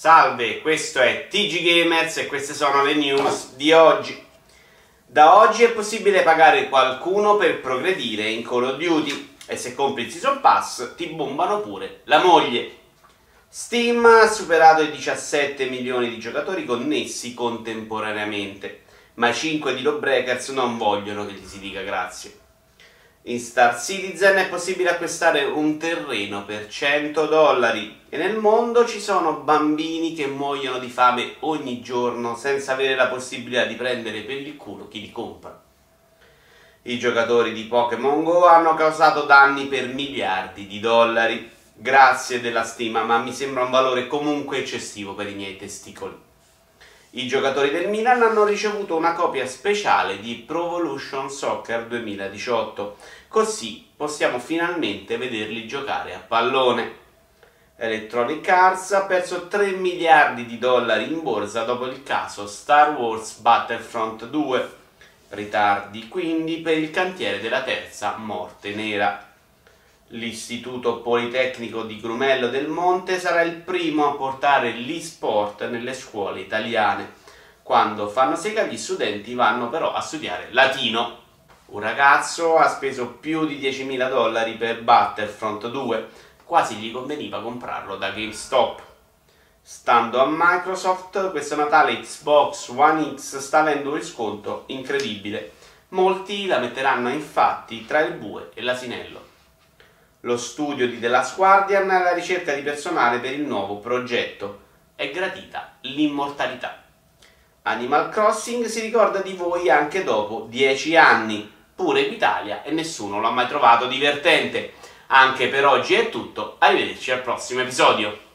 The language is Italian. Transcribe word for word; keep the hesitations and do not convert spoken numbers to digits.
Salve, questo è T G Gamers e queste sono le news di oggi. Da oggi è possibile pagare qualcuno per progredire in Call of Duty e se compri il Season Pass ti bombano pure la moglie. Steam ha superato i diciassette milioni di giocatori connessi contemporaneamente, ma i cinque di Lawbreakers non vogliono che gli si dica grazie. In Star Citizen è possibile acquistare un terreno per cento dollari e nel mondo ci sono bambini che muoiono di fame ogni giorno senza avere la possibilità di prendere per il culo chi li compra. I giocatori di Pokémon Go hanno causato danni per miliardi di dollari. Grazie della stima, ma mi sembra un valore comunque eccessivo per i miei testicoli. I giocatori del Milan hanno ricevuto una copia speciale di Pro Evolution Soccer duemiladiciotto, così possiamo finalmente vederli giocare a pallone. Electronic Arts ha perso tre miliardi di dollari in borsa dopo il caso Star Wars Battlefront due, ritardi quindi per il cantiere della terza Morte Nera. L'Istituto Politecnico di Grumello del Monte sarà il primo a portare l'e-sport nelle scuole italiane. Quando fanno sega gli studenti vanno però a studiare latino. Un ragazzo ha speso più di diecimila dollari per Battlefront due, quasi gli conveniva comprarlo da GameStop. Stando a Microsoft, questo Natale Xbox One X sta avendo un riscontro incredibile. Molti la metteranno infatti tra il bue e l'asinello. Lo studio di The Last Guardian è alla ricerca di personale per il nuovo progetto. È gradita l'immortalità. Animal Crossing si ricorda di voi anche dopo dieci anni, pure in Italia, e nessuno l'ha mai trovato divertente. Anche per oggi è tutto, arrivederci al prossimo episodio.